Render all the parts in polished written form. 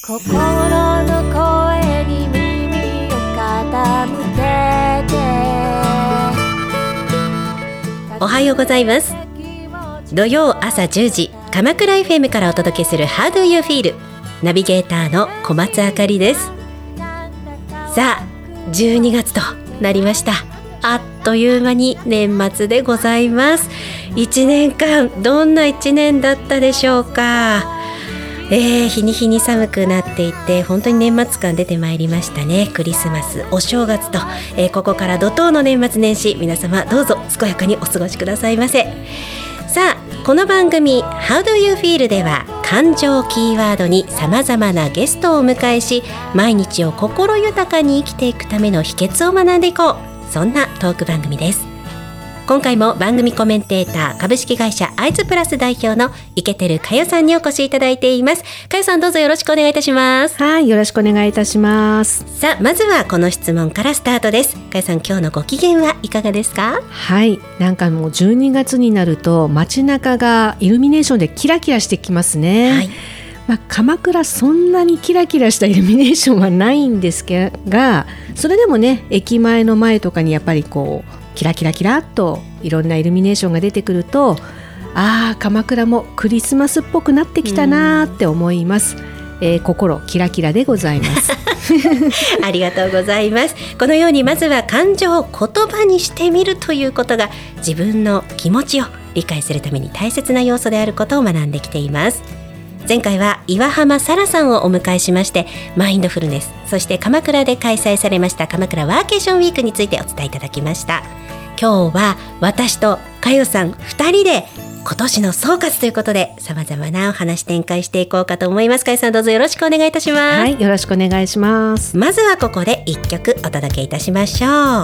心の声に耳を傾けて。 おはようございます。土曜朝10時鎌倉 FM からお届けする How do you feel？ ナビゲーターの小松あかりです。さあ12月となりました。あっという間に年末でございます。1年間どんな1年だったでしょうか。日に日に寒くなっていて本当に年末感出てまいりましたね。クリスマス、お正月と、ここから怒涛の年末年始、皆様どうぞ健やかにお過ごしくださいませ。さあこの番組 How do you feel では感情をキーワードにさまざまなゲストをお迎えし、毎日を心豊かに生きていくための秘訣を学んでいこう、そんなトーク番組です。今回も番組コメンテーター株式会社アイズプラス代表の池照佳代さんにお越しいただいています。佳代さん、どうぞよろしくお願いいたします。 はい、よろしくお願いいたします。 さあまずはこの質問からスタートです。佳代さん、今日のご機嫌はいかがですか？ はい、なんかもう12月になると街中がイルミネーションでキラキラしてきますね。はい、鎌倉そんなにキラキラしたイルミネーションはないんですが、それでもね、駅前の前とかにやっぱりこうキラキラキラっといろんなイルミネーションが出てくると、鎌倉もクリスマスっぽくなってきたなって思います。心キラキラでございますありがとうございます。このようにまずは感情を言葉にしてみるということが自分の気持ちを理解するために大切な要素であることを学んできています。前回は岩浜沙羅さんをお迎えしまして、マインドフルネス、そして鎌倉で開催されました鎌倉ワーケーションウィークについてお伝えいただきました。今日は私と佳代さん2人で今年の総括ということで様々なお話展開していこうかと思います。佳代さん、どうぞよろしくお願いいたします。 はい、よろしくお願いします。 まずはここで1曲お届けいたしましょう。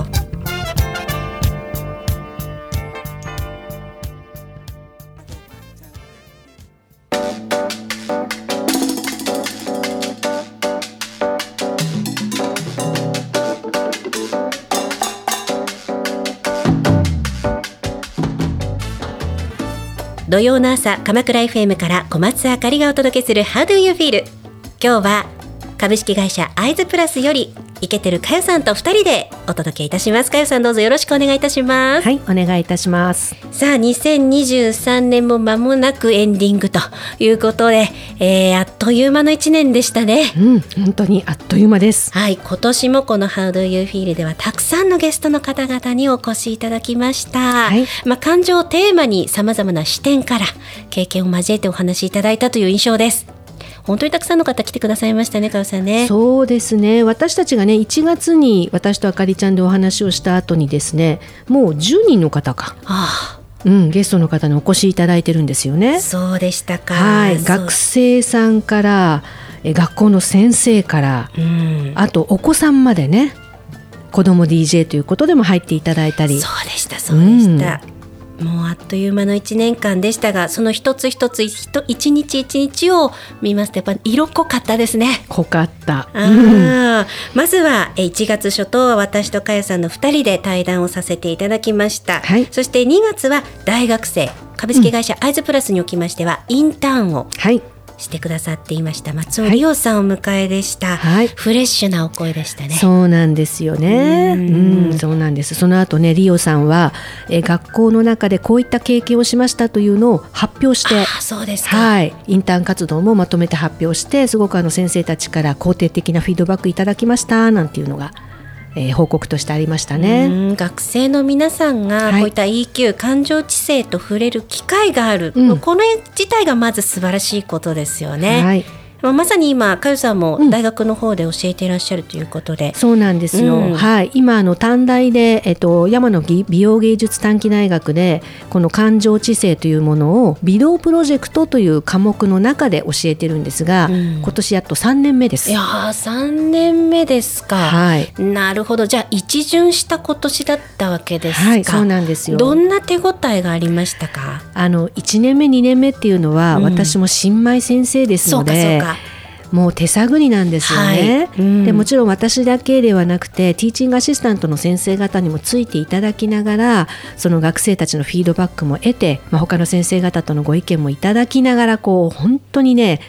土曜の朝、鎌倉 FM から小松あかりがお届けする How do you feel？ 今日は株式会社アイズプラスより池照佳代さんと2人でお届けいたします。佳代さん、どうぞよろしくお願いいたします。 はい、お願いいたします。 さあ2023年も間もなくエンディングということで、あっという間の1年でしたね。 本当にあっという間です。 はい、今年もこの How do you feel ではたくさんのゲストの方々にお越しいただきました。はい、感情をテーマにさまざまな視点から経験を交えてお話しいただいたという印象です。本当にたくさんの方来てくださいましたね、佳代さんね。 そうですね、私たちがね1月に私とあかりちゃんでお話をした後にですね、もう10人の方が、ゲストの方にお越しいただいてるんですよね。 そうでしたか。 はい、学生さんから学校の先生から、あとお子さんまでね、子ども DJ ということでも入っていただいたり。 そうでしたそうでした、もうあっという間の1年間でしたが、その一つ一つ一日一日を見ますとやっぱり色濃かったですね。 濃かった。 まずは1月初頭は私と佳代さんの2人で対談をさせていただきました。はい、そして2月は大学生、株式会社アイズプラスにおきましてはインターンをしてくださっていました松尾理央さんをお迎えでした。フレッシュなお声でしたね。 そうなんですよね。そうなんです。その後ね、理央さんは学校の中でこういった経験をしましたというのを発表して、 そうですか。 インターン活動もまとめて発表して、すごく先生たちから肯定的なフィードバックいただきましたなんていうのが報告としてありましたね。 学生の皆さんがこういった EQ、感情知性と触れる機会がある、この自体がまず素晴らしいことですよね。まさに今佳代さんも大学の方で教えていらっしゃるということで、 そうなんですよ。今短大で、山野美容芸術短期大学でこの感情知性というものを美容プロジェクトという科目の中で教えてるんですが、今年やっと3年目です。 いや3年目ですか。なるほど。じゃあ一巡した今年だったわけですか。 そうなんですよ。 どんな手応えがありましたか。 1年目2年目っていうのは、私も新米先生ですので、もう手探りなんですよね。でもちろん私だけではなくてティーチングアシスタントの先生方にもついていただきながら、その学生たちのフィードバックも得て、他の先生方とのご意見もいただきながら、本当にね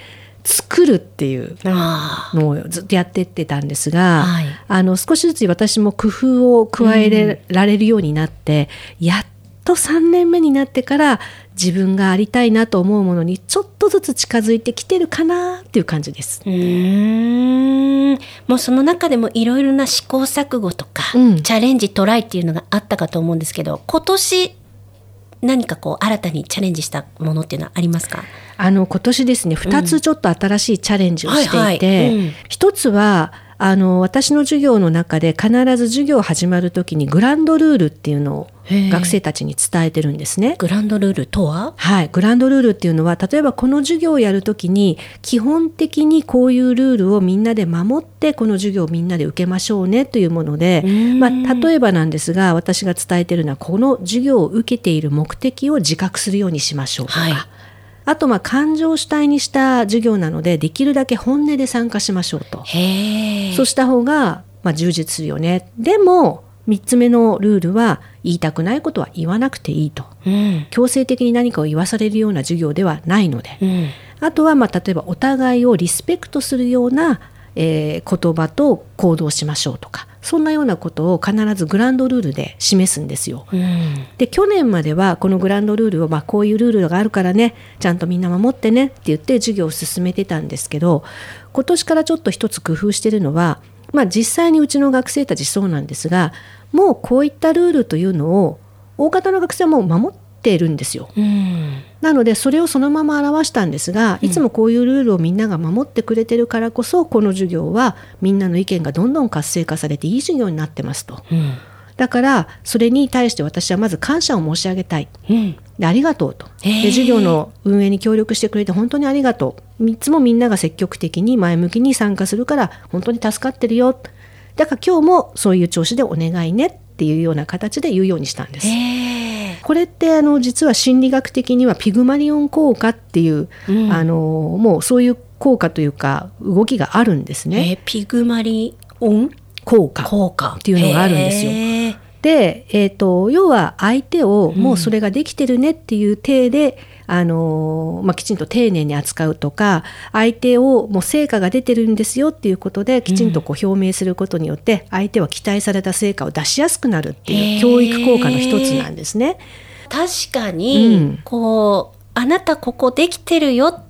作るっていうのをずっとやってってたんですが、少しずつ私も工夫を加えられるようになって、やっと3年目になってから自分がありたいなと思うものにちょっとずつ近づいてきてるかなっていう感じです。 もうその中でもいろいろな試行錯誤とか、チャレンジトライっていうのがあったかと思うんですけど、今年何かこう新たにチャレンジしたものっていうのはありますか？ 今年ですね、2つちょっと新しいチャレンジをしていて、1つは私の授業の中で必ず授業始まる時にグランドルールっていうのを学生たちに伝えてるんですね。 グランドルールとは？ はい、グランドルールっていうのは、例えばこの授業をやる時に基本的にこういうルールをみんなで守ってこの授業をみんなで受けましょうねというもので、例えばなんですが、私が伝えてるのはこの授業を受けている目的を自覚するようにしましょうとか、あと感情主体にした授業なのでできるだけ本音で参加しましょうと。そうした方が充実するよね。でも3つ目のルールは、言いたくないことは言わなくていいと、強制的に何かを言わされるような授業ではないので、あとは例えばお互いをリスペクトするような、言葉と行動しましょうとか、そんなようなことを必ずグランドルールで示すんですよ。で、去年まではこのグランドルールを、こういうルールがあるからね、ちゃんとみんな守ってねって言って授業を進めてたんですけど、今年からちょっと一つ工夫してるのは、実際にうちの学生たちそうなんですが、もうこういったルールというのを大方の学生はもう守っているんですよ。なのでそれをそのまま表したんですが、いつもこういうルールをみんなが守ってくれてるからこそ、この授業はみんなの意見がどんどん活性化されていい授業になってますと。だからそれに対して私はまず感謝を申し上げたい、でありがとうと、で授業の運営に協力してくれて本当にありがとう、いつもみんなが積極的に前向きに参加するから本当に助かってるよ、だから今日もそういう調子でお願いねっていうような形で言うようにしたんです。これって実は心理学的にはピグマリオン効果っていう、もうそういう効果というか動きがあるんですね。 ピグマリオン効果っていうのがあるんですよ。で、要は相手をもうそれができてるねっていう体で、きちんと丁寧に扱うとか、相手をもう成果が出てるんですよっていうことできちんと表明することによって、相手は期待された成果を出しやすくなるっていう教育効果の一つなんですね。 確かに、あなたここできてるよって、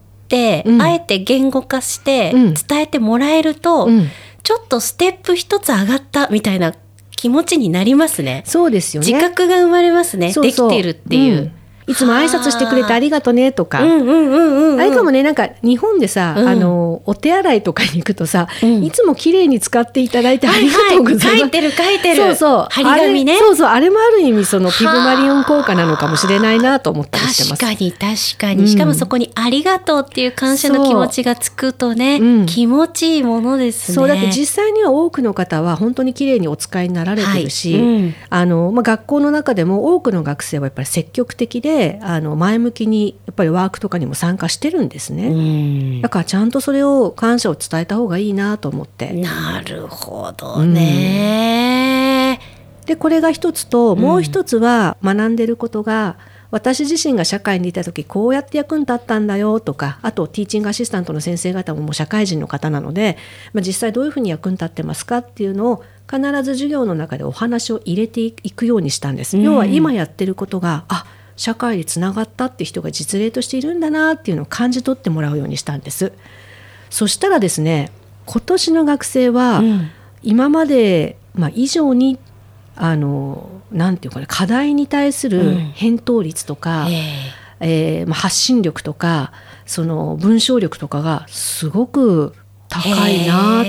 あえて言語化して伝えてもらえると、ちょっとステップ一つ上がったみたいな気持ちになりますね。 そうですよね。 自覚が生まれますね。できてるっていう。 いつも挨拶してくれてありがとねとか、あれかもね、なんか日本でさ、お手洗いとかに行くとさ、いつも綺麗に使っていただいてありがとうございます、 書いてる張り紙ね。 あれもある意味そのピグマリオン効果なのかもしれないなと思ったりしてます。 確かに、しかもそこにありがとうっていう感謝の気持ちがつくとね、気持ちいいものですね。 そうだって実際には多くの方は本当に綺麗にお使いになられてるし、学校の中でも多くの学生はやっぱり積極的で前向きにやっぱりワークとかにも参加してるんですね。だからちゃんとそれを感謝を伝えた方がいいなと思って。 なるほどね。 でこれが一つと、もう一つは学んでることが、私自身が社会にいた時こうやって役に立ったんだよとか、あとティーチングアシスタントの先生方ももう社会人の方なので、実際どういうふうに役に立ってますかっていうのを必ず授業の中でお話を入れていくようにしたんです。要は今やってることが社会につながったっていう人が実例としているんだなっていうのを感じ取ってもらうようにしたんです。そしたらですね、今年の学生は今まで、以上になんていうかね、課題に対する返答率とか、発信力とか、その文章力とかがすごく高いなって。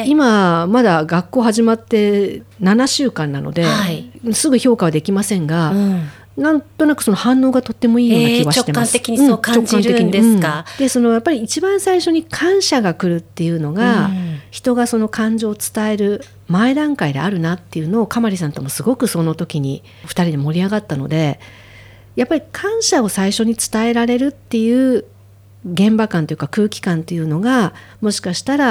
今まだ学校始まって7週間なので、すぐ評価はできませんが、なんとなくその反応がとってもいいような気はしてます。 直感的にそう感じるんですか。 でやっぱり一番最初に感謝が来るっていうのが、人がその感情を伝える前段階であるなっていうのを、かまりさんともすごくその時に2人で盛り上がったので、やっぱり感謝を最初に伝えられるっていう現場感というか空気感というのが、もしかしたら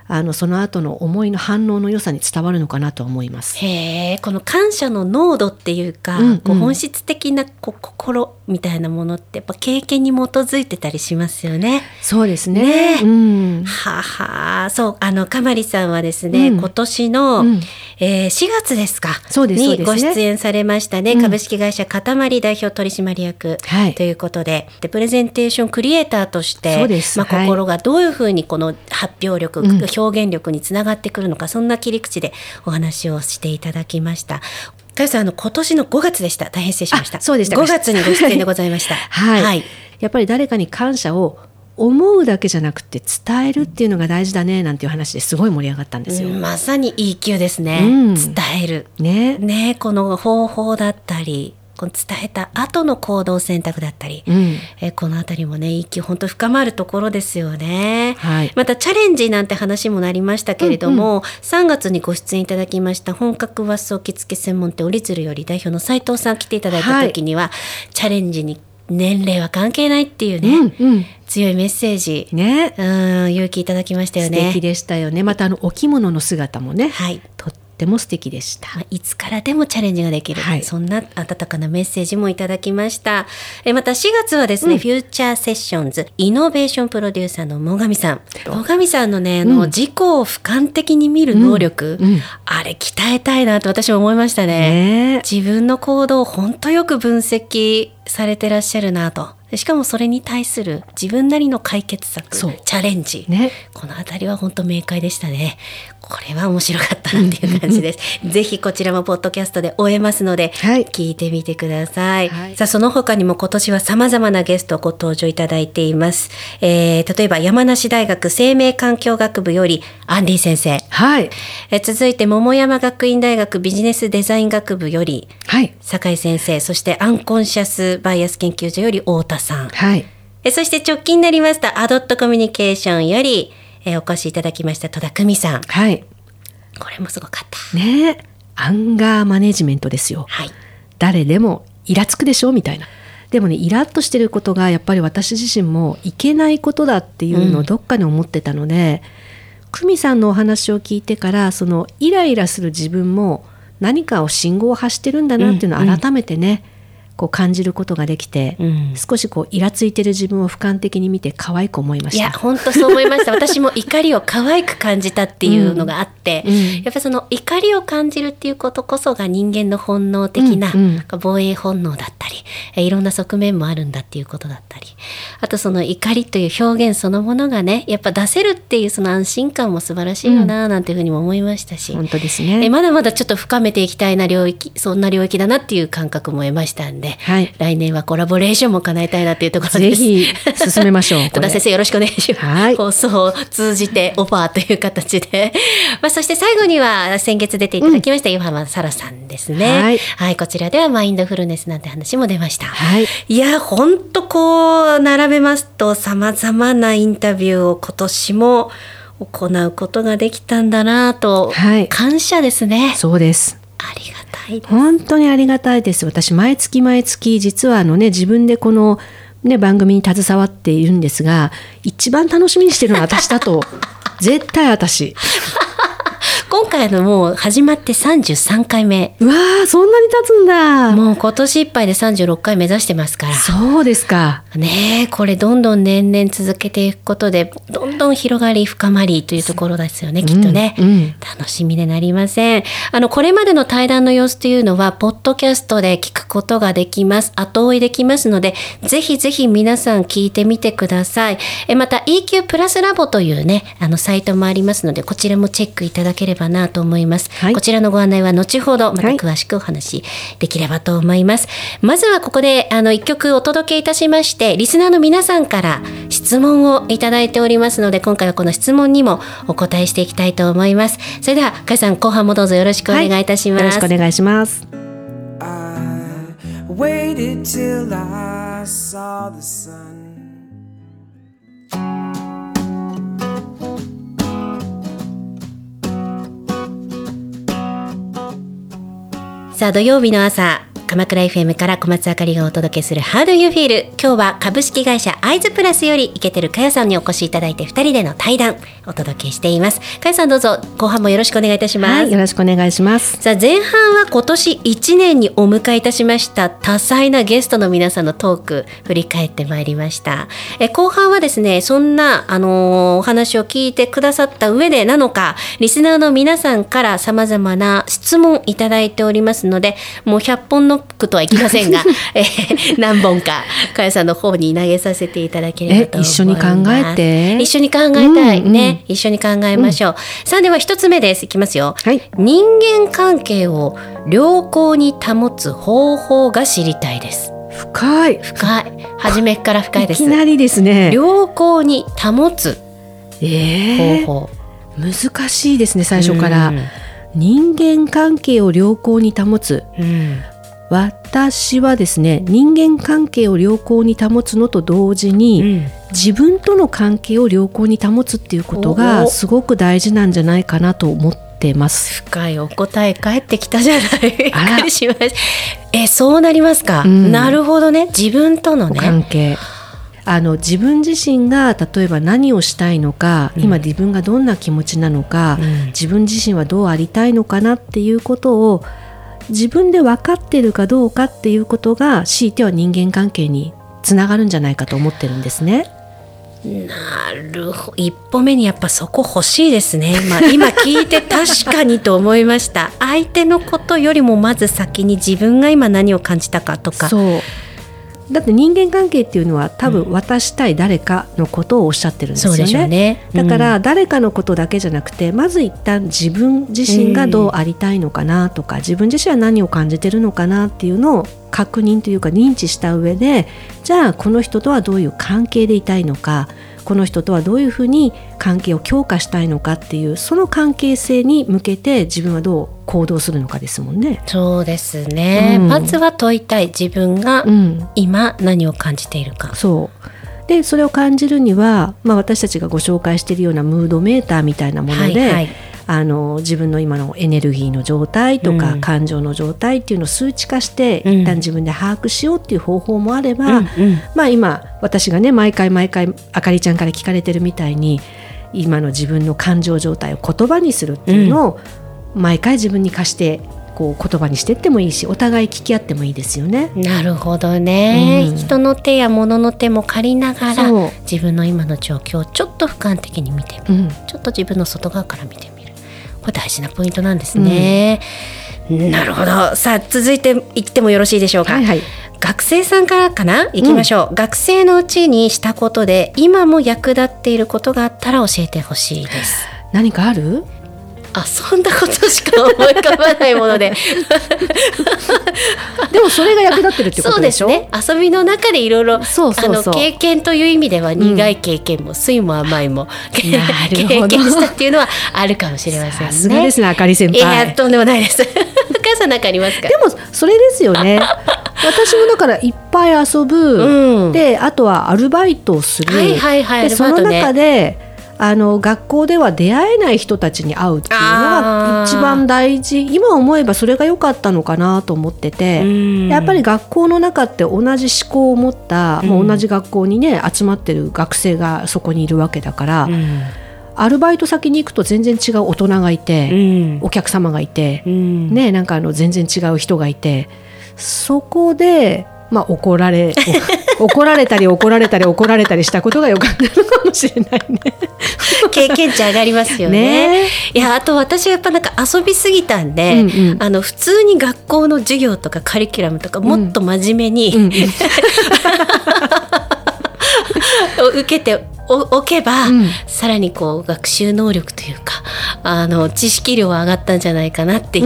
その後の思いの反応の良さに伝わるのかなと思います。 へー、この感謝の濃度っていうか、こう本質的な心みたいなものってやっぱ経験に基づいてたりしますよね。 そうですね。 はは、そうかまりさんはですね、今年の、4月ですかにご出演されましたね、株式会社かたまり代表取締役ということで、プレゼンテーションクリエイターとして、心がどういうふうにこの発表力、表現力につながってくるのか、そんな切り口でお話をしていただきました。かよさん、今年の5月でした。大変失礼しました。 そうでした。 5月にご出演でございました。 はい。やっぱり誰かに感謝を思うだけじゃなくて伝えるっていうのが大事だねなんていう話ですごい盛り上がったんですよ。 まさに EQ ですね。伝える。ね、この方法だったり、この伝えた後の行動選択だったり、このあたりもね、EQ 本当深まるところですよね。またチャレンジなんて話もなりましたけれども、3月にご出演いただきました本格和装着付け専門店折り鶴より代表の斉藤さん来ていただいた時には、チャレンジに年齢は関係ないっていうね、強いメッセージ、勇気いただきましたよね。 素敵でしたよね。またお着物の姿もね、とっても素敵でした。 いつからでもチャレンジができる、そんな温かなメッセージもいただきました。また4月はですね、フューチャーセッションズイノベーションプロデューサーの最上さん。最上さんのね、自己を俯瞰的に見る能力、あれ鍛えたいなと私は思いましたね。自分の行動を本当よく分析されてらっしゃるなと。しかもそれに対する自分なりの解決策、チャレンジ、このあたりは本当明快でしたね。これは面白かったなっていう感じです。ぜひこちらもポッドキャストで追えますので、聞いてみてください。さあ、その他にも今年は様々なゲストご登場いただいています。例えば山梨大学生命環境学部よりアンディ先生、続いて桃山学院大学ビジネスデザイン学部より酒井先生、そしてアンコンシャスバイアス研究所より太田さん、そして直近になりましたアドットコミュニケーションよりお越しいただきました戸田久美さん、これもすごかったね。アンガーマネジメントですよ、誰でもイラつくでしょみたいな。でもね、イラッとしてることがやっぱり私自身もいけないことだっていうのをどっかに思ってたので、久美さんのお話を聞いてから、そのイライラする自分も何かを信号を発してるんだなっていうのを改めてね、こう感じることができて、少しこうイラついてる自分を俯瞰的に見て可愛く思いました。 いや本当そう思いました。私も怒りを可愛く感じたっていうのがあって、やっぱりその怒りを感じるっていうことこそが人間の本能的な防衛本能だったり、いろんな側面もあるんだっていうことだったり、あとその怒りという表現そのものがね、やっぱ出せるっていうその安心感も素晴らしいよななんていうふうにも思いましたし、 本当ですね。 まだまだちょっと深めていきたいな領域、そんな領域だなっていう感覚も得ましたんで、来年はコラボレーションも叶えたいなっていうところです。 ぜひ進めましょう。 戸田先生よろしくお願いします。放送を通じてオファーという形で、そして最後には先月出ていただきました岩浜沙羅さんですね。こちらではマインドフルネスなんて話も出ました。いや本当こう並べますと様々なインタビューを今年も行うことができたんだなと、感謝ですね。 そうです。 ありがたいです。 本当にありがたいです。私毎月実は自分でこの、番組に携わっているんですが、一番楽しみにしてるのは私だと絶対私今回もう始まって33回目。 うわー、そんなに経つんだ。 もう今年いっぱいで36回目指してますから。 そうですかね。これどんどん年々続けていくことでどんどん広がり深まりというところですよね、きっとね、楽しみでなりません。これまでの対談の様子というのはポッドキャストで聞くことができます。後追いできますので、ぜひぜひ皆さん聞いてみてください。また EQ プラスラボというねサイトもありますので、こちらもチェックいただければなと思います。こちらのご案内は後ほどまた詳しくお話できればと思います。まずはここで一曲お届けいたしまして、リスナーの皆さんから質問をいただいておりますので、今回はこの質問にもお答えしていきたいと思います。それでは加谷さん、後半もどうぞよろしくお願いいたします。 よろしくお願いします。 Waited till I saw the sun. さあ土曜日の朝、 鎌倉 FM から小松あかりがお届けする How do you feel。 今日は株式会社アイズプラスよりイケてるかやさんにお越しいただいて2人での対談お届けしています。かやさんどうぞ後半もよろしくお願いいたします。 はい、よろしくお願いします。 さあ前半は今年1年にお迎えいたしました多彩なゲストの皆さんのトーク振り返ってまいりました。後半はですね、そんなお話を聞いてくださった上でなのか、リスナーの皆さんから様々な質問いただいておりますので、もう100本ノックとはいきませんが、何本かかやさんの方に投げさせていただければと思います。 一緒に考えて、 一緒に考えたい、ね、一緒に考えましょう。さあでは一つ目です。いきますよ。 はい、 人間関係を良好に保つ方法が知りたいです。 深い初めから深いです。 いきなりですね。 良好に保つ方法、 難しいですね。最初から、人間関係を良好に保つ、私はですね、人間関係を良好に保つのと同時に、自分との関係を良好に保つっていうことがすごく大事なんじゃないかなと思ってます。 深いお答え返ってきたじゃない。しました。そうなりますか。なるほどね。自分とのね関係、自分自身が例えば何をしたいのか、今自分がどんな気持ちなのか、自分自身はどうありたいのかなっていうことを自分で分かってるかどうかっていうことが、強いては人間関係につながるんじゃないかと思ってるんですね。 なるほど。一歩目にやっぱそこ欲しいですね。今聞いて確かにと思いました。相手のことよりもまず先に自分が今何を感じたかとか。 そうだって人間関係っていうのは多分渡したい誰かのことをおっしゃってるんですよね。 そうでしょうね。 だから誰かのことだけじゃなくて、まず一旦自分自身がどうありたいのかなとか、自分自身は何を感じてるのかなっていうのを確認というか認知した上で、じゃあこの人とはどういう関係でいたいのか、この人とはどういうふうに関係を強化したいのかっていう、その関係性に向けて自分はどう行動するのかですもんね。 そうですね、まずは問いたい自分が今何を感じているか、 そうで、それを感じるには、私たちがご紹介しているようなムードメーターみたいなもので、自分の今のエネルギーの状態とか、感情の状態っていうのを数値化して、一旦自分で把握しようっていう方法もあれば、今私がね毎回あかりちゃんから聞かれてるみたいに、今の自分の感情状態を言葉にするっていうのを、毎回自分に貸してこう言葉にしてってもいいし、お互い聞き合ってもいいですよね。 なるほどね、人の手や物の手も借りながら、自分の今の状況をちょっと俯瞰的に見てみる、ちょっと自分の外側から見てみる、これ大事なポイントなんですね。なるほど。さあ続いていってもよろしいでしょうか。学生さんからかな、いきましょう。学生のうちにしたことで今も役立っていることがあったら教えてほしいです。 何かある？ そんなことしか思い浮かばないものででもそれが役立ってるってことでしょ。 そうですね。遊びの中でいろいろ経験という意味では、苦い経験も酸いも甘いも経験したっていうのはあるかもしれませんね。 さすがですね、あかり先輩。 いやとんでもないですお母さんなんかありますか？ でもそれですよね私もだからいっぱい遊ぶ、であとはアルバイトをする、でその中で学校では出会えない人たちに会うっていうのが一番大事。今思えばそれが良かったのかなと思ってて、やっぱり学校の中って同じ思考を持った、もう同じ学校にね集まってる学生がそこにいるわけだから、アルバイト先に行くと全然違う大人がいて、お客様がいて、なんか全然違う人がいて、そこで怒られたりしたことが良かったのかもしれないね経験値上がりますよ ね。いや、あと私はやっぱなんか遊びすぎたんで、普通に学校の授業とかカリキュラムとかもっと真面目に、受けておけば、さらにこう学習能力というか知識量は上がったんじゃないかなっていう、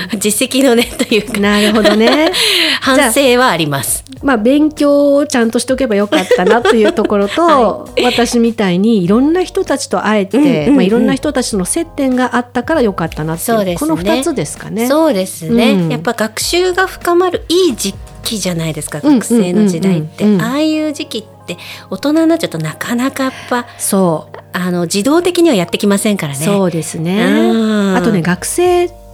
実績のねというか。 なるほどね反省はあります。 勉強をちゃんとしておけばよかったなっていうところと、私みたいにいろんな人たちと会えて、いろんな人たちとの接点があったからよかったなっていう、この2つですかね。 そうですね、やっぱ学習が深まるいい時期じゃないですか、学生の時代って、ああいう時期って大人になっちゃうとなかなかやっぱ自動的にはやってきませんからね。 そうですね。あとね、学生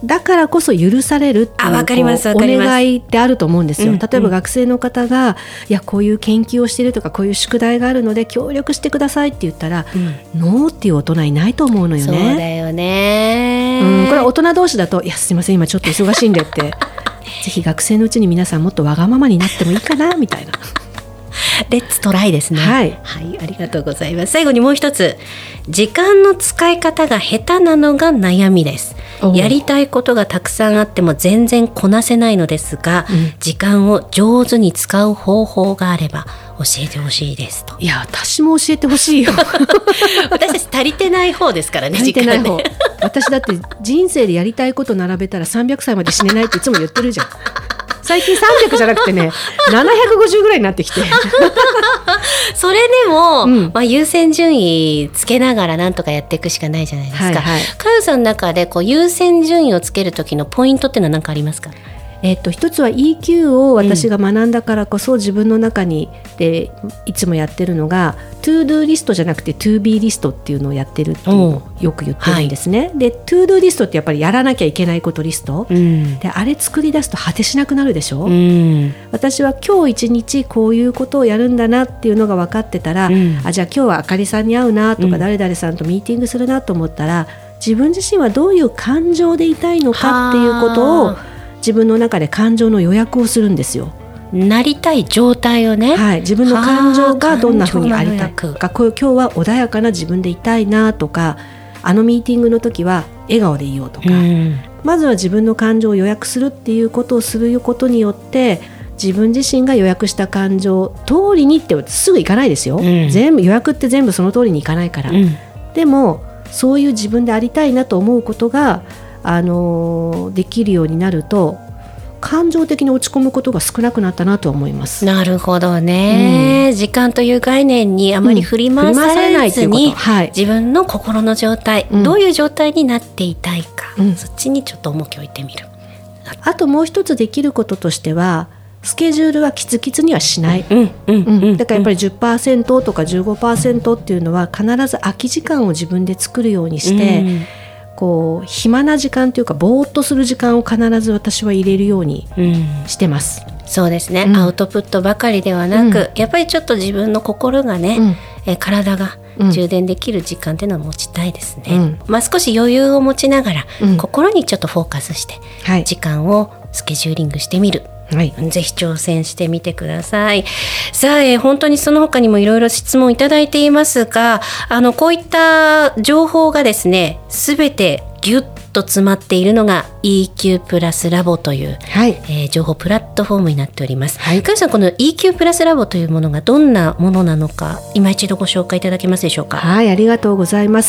だからこそ許されるっていうわかりますお願いであると思うんですよ。例えば学生の方が、いやこういう研究をしているとかこういう宿題があるので協力してくださいって言ったら、ノーっていう大人いないと思うのよね。 そうだよね、 これ大人同士だと、いやすいません今ちょっと忙しいんでってぜひ学生のうちに皆さんもっとわがままになってもいいかなみたいなレッツトライですね。 はい、 はい、ありがとうございます。最後にもう一つ、時間の使い方が下手なのが悩みです。やりたいことがたくさんあっても全然こなせないのですが、時間を上手に使う方法があれば教えてほしいですと。 いや私も教えてほしいよ私たち足りてない方ですからね。 足りてない方、 時間ね私だって人生でやりたいこと並べたら300歳まで死ねないっていつも言ってるじゃん。最近300じゃなくてね750ぐらいになってきてそれでも、優先順位つけながらなんとかやっていくしかないじゃないですか。かよさんの中でこう優先順位をつける時のポイントっていうのは何かありますか？ 一つは EQ を私が学んだからこそ自分の中にでいつもやってるのが To-do リストじゃなくて To-be リストっていうのをやってるっていうのをよく言ってるんですね、で To-do リストってやっぱりやらなきゃいけないことリスト、であれ作り出すと果てしなくなるでしょ、私は今日一日こういうことをやるんだなっていうのが分かってたら、あじゃあ今日はあかりさんに会うなとか、誰々さんとミーティングするなと思ったら自分自身はどういう感情でいたいのかっていうことを自分の中で感情の予約をするんですよ。 なりたい状態をね、 自分の感情がどんな風にありたいか、今日は穏やかな自分でいたいなとか、あのミーティングの時は笑顔でいようとか、まずは自分の感情を予約するっていうことをすることによって自分自身が予約した感情通りにってすぐいかないですよ、全部予約って全部その通りにいかないから、でもそういう自分でありたいなと思うことができるようになると感情的に落ち込むことが少なくなったなとは思います。 なるほどね、時間という概念にあまり振り回されずに、自分の心の状態、どういう状態になっていたいか、そっちにちょっと重きを置いてみる。 あともう一つできることとしてはスケジュールはキツキツにはしない、だからやっぱり 10% とか 15% っていうのは必ず空き時間を自分で作るようにして、こう暇な時間というかぼーっとする時間を必ず私は入れるようにしてます、 そうですね、アウトプットばかりではなく、やっぱりちょっと自分の心がね、体が充電できる時間っていうのを持ちたいですね、少し余裕を持ちながら、心にちょっとフォーカスして、時間をスケジューリングしてみる、ぜひ挑戦してみてください。さあ、本当にその他にもいろいろ質問いただいていますが、こういった情報がですね、すべてギュッと詰まっているのが EQ プラスラボという、情報プラットフォームになっております。かよさん、この EQ プラスラボというものがどんなものなのか、今一度ご紹介いただけますでしょうか。 ありがとうございます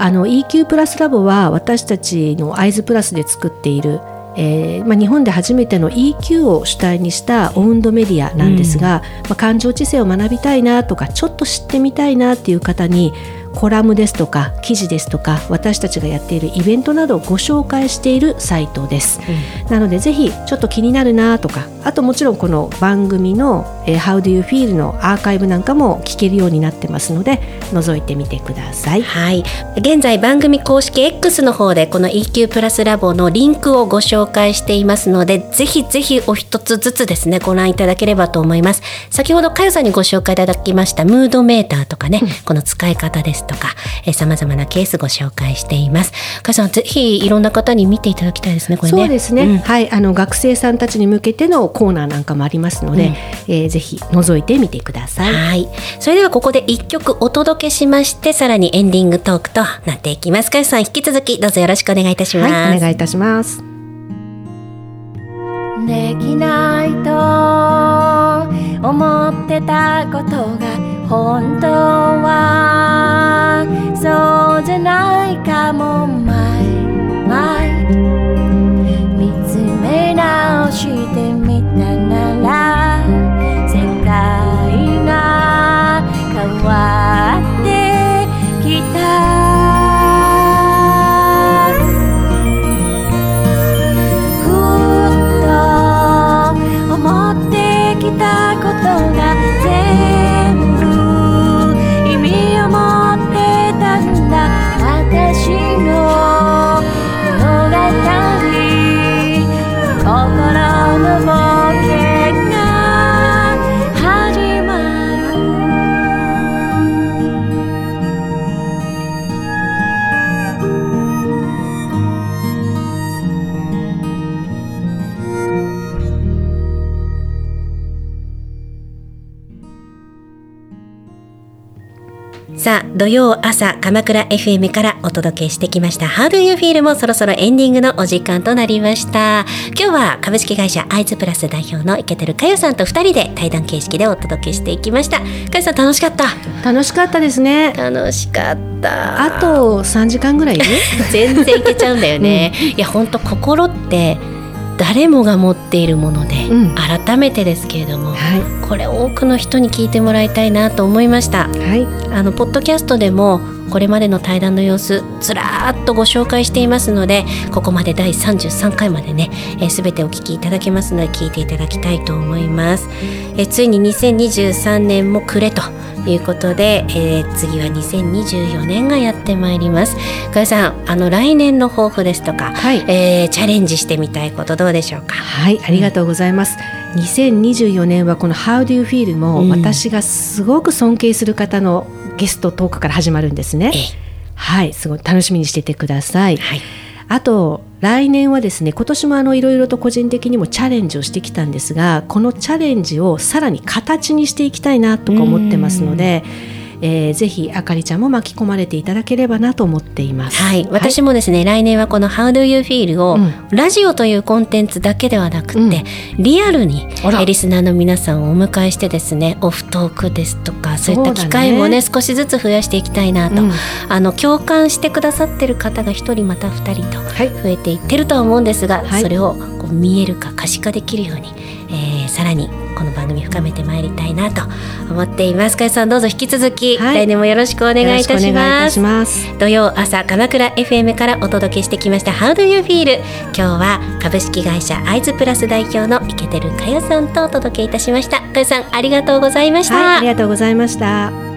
。EQ プラスラボは私たちのアイズプラスで作っている日本で初めての EQ を主体にしたオウンドメディアなんですが、感情知性を学びたいなとかちょっと知ってみたいなっていう方にコラムですとか記事ですとか私たちがやっているイベントなどをご紹介しているサイトです、なのでぜひちょっと気になるなとか、あともちろんこの番組の、How do you feel のアーカイブなんかも聞けるようになってますので覗いてみてください。 現在番組公式 X の方でこの EQ プラスラボのリンクをご紹介していますので、ぜひぜひお一つずつですねご覧いただければと思います。先ほどかよさんにご紹介いただきましたムードメーターとかね、この使い方ですとか様々なケースご紹介しています。かよさん、ぜひいろんな方に見ていただきたいですね、これね。 そうですね、学生さんたちに向けてのコーナーなんかもありますので、ぜひ覗いてみてください。 それではここで1曲お届けしまして、さらにエンディングトークとなっていきます。かよさん、引き続きどうぞよろしくお願いいたします。 お願いいたします。 できないと思ってたことが本当はそうじゃないかも。見つめ直してみたなら世界が変わってきた。思ってきたことが全部意味を持ってさあ土曜朝鎌倉 FM からお届けしてきました How do you feel もそろそろエンディングのお時間となりました。今日は株式会社アイズプラス代表の池照佳代さんと2人で対談形式でお届けしていきました。佳代さん楽しかった？ 楽しかったですね。 楽しかった。 あと3時間ぐらいいる全然いけちゃうんだよね、いや本当心って誰もが持っているもので、改めてですけれども、これ多くの人に聞いてもらいたいなと思いました、ポッドキャストでもこれまでの対談の様子ずらーっとご紹介していますので、ここまで第33回までね、全てお聞きいただけますので聞いていただきたいと思います。ついに2023年も暮れということで、次は2024年がやってまいります。佳代さん、来年の抱負ですとか、チャレンジしてみたいことどうでしょうか？ はい、ありがとうございます。2024年はこの How do you feel も、私がすごく尊敬する方のゲストトークから始まるんですね。はい、すごい楽しみにしててください。あと来年はですね、今年もいろいろと個人的にもチャレンジをしてきたんですが、このチャレンジをさらに形にしていきたいなとか思ってますので、ぜひあかりちゃんも巻き込まれていただければなと思っています。 私もですね、来年はこの How do you feel を、ラジオというコンテンツだけではなくて、リアルにリスナーの皆さんをお迎えしてですね、オフトークですとかそういった機会もね、少しずつ増やしていきたいなと、共感してくださってる方が1人また2人と増えていってるとは思うんですが、それをこう見えるか可視化できるように、さらにこの番組深めてまいりたいなと思っています。佳代さんどうぞ引き続き、来年もよろしくお願いいたします。土曜朝鎌倉 FM からお届けしてきました How do you feel。 今日は株式会社アイズプラス代表の池照佳代さんとお届けいたしました。佳代さんありがとうございました。 ありがとうございました。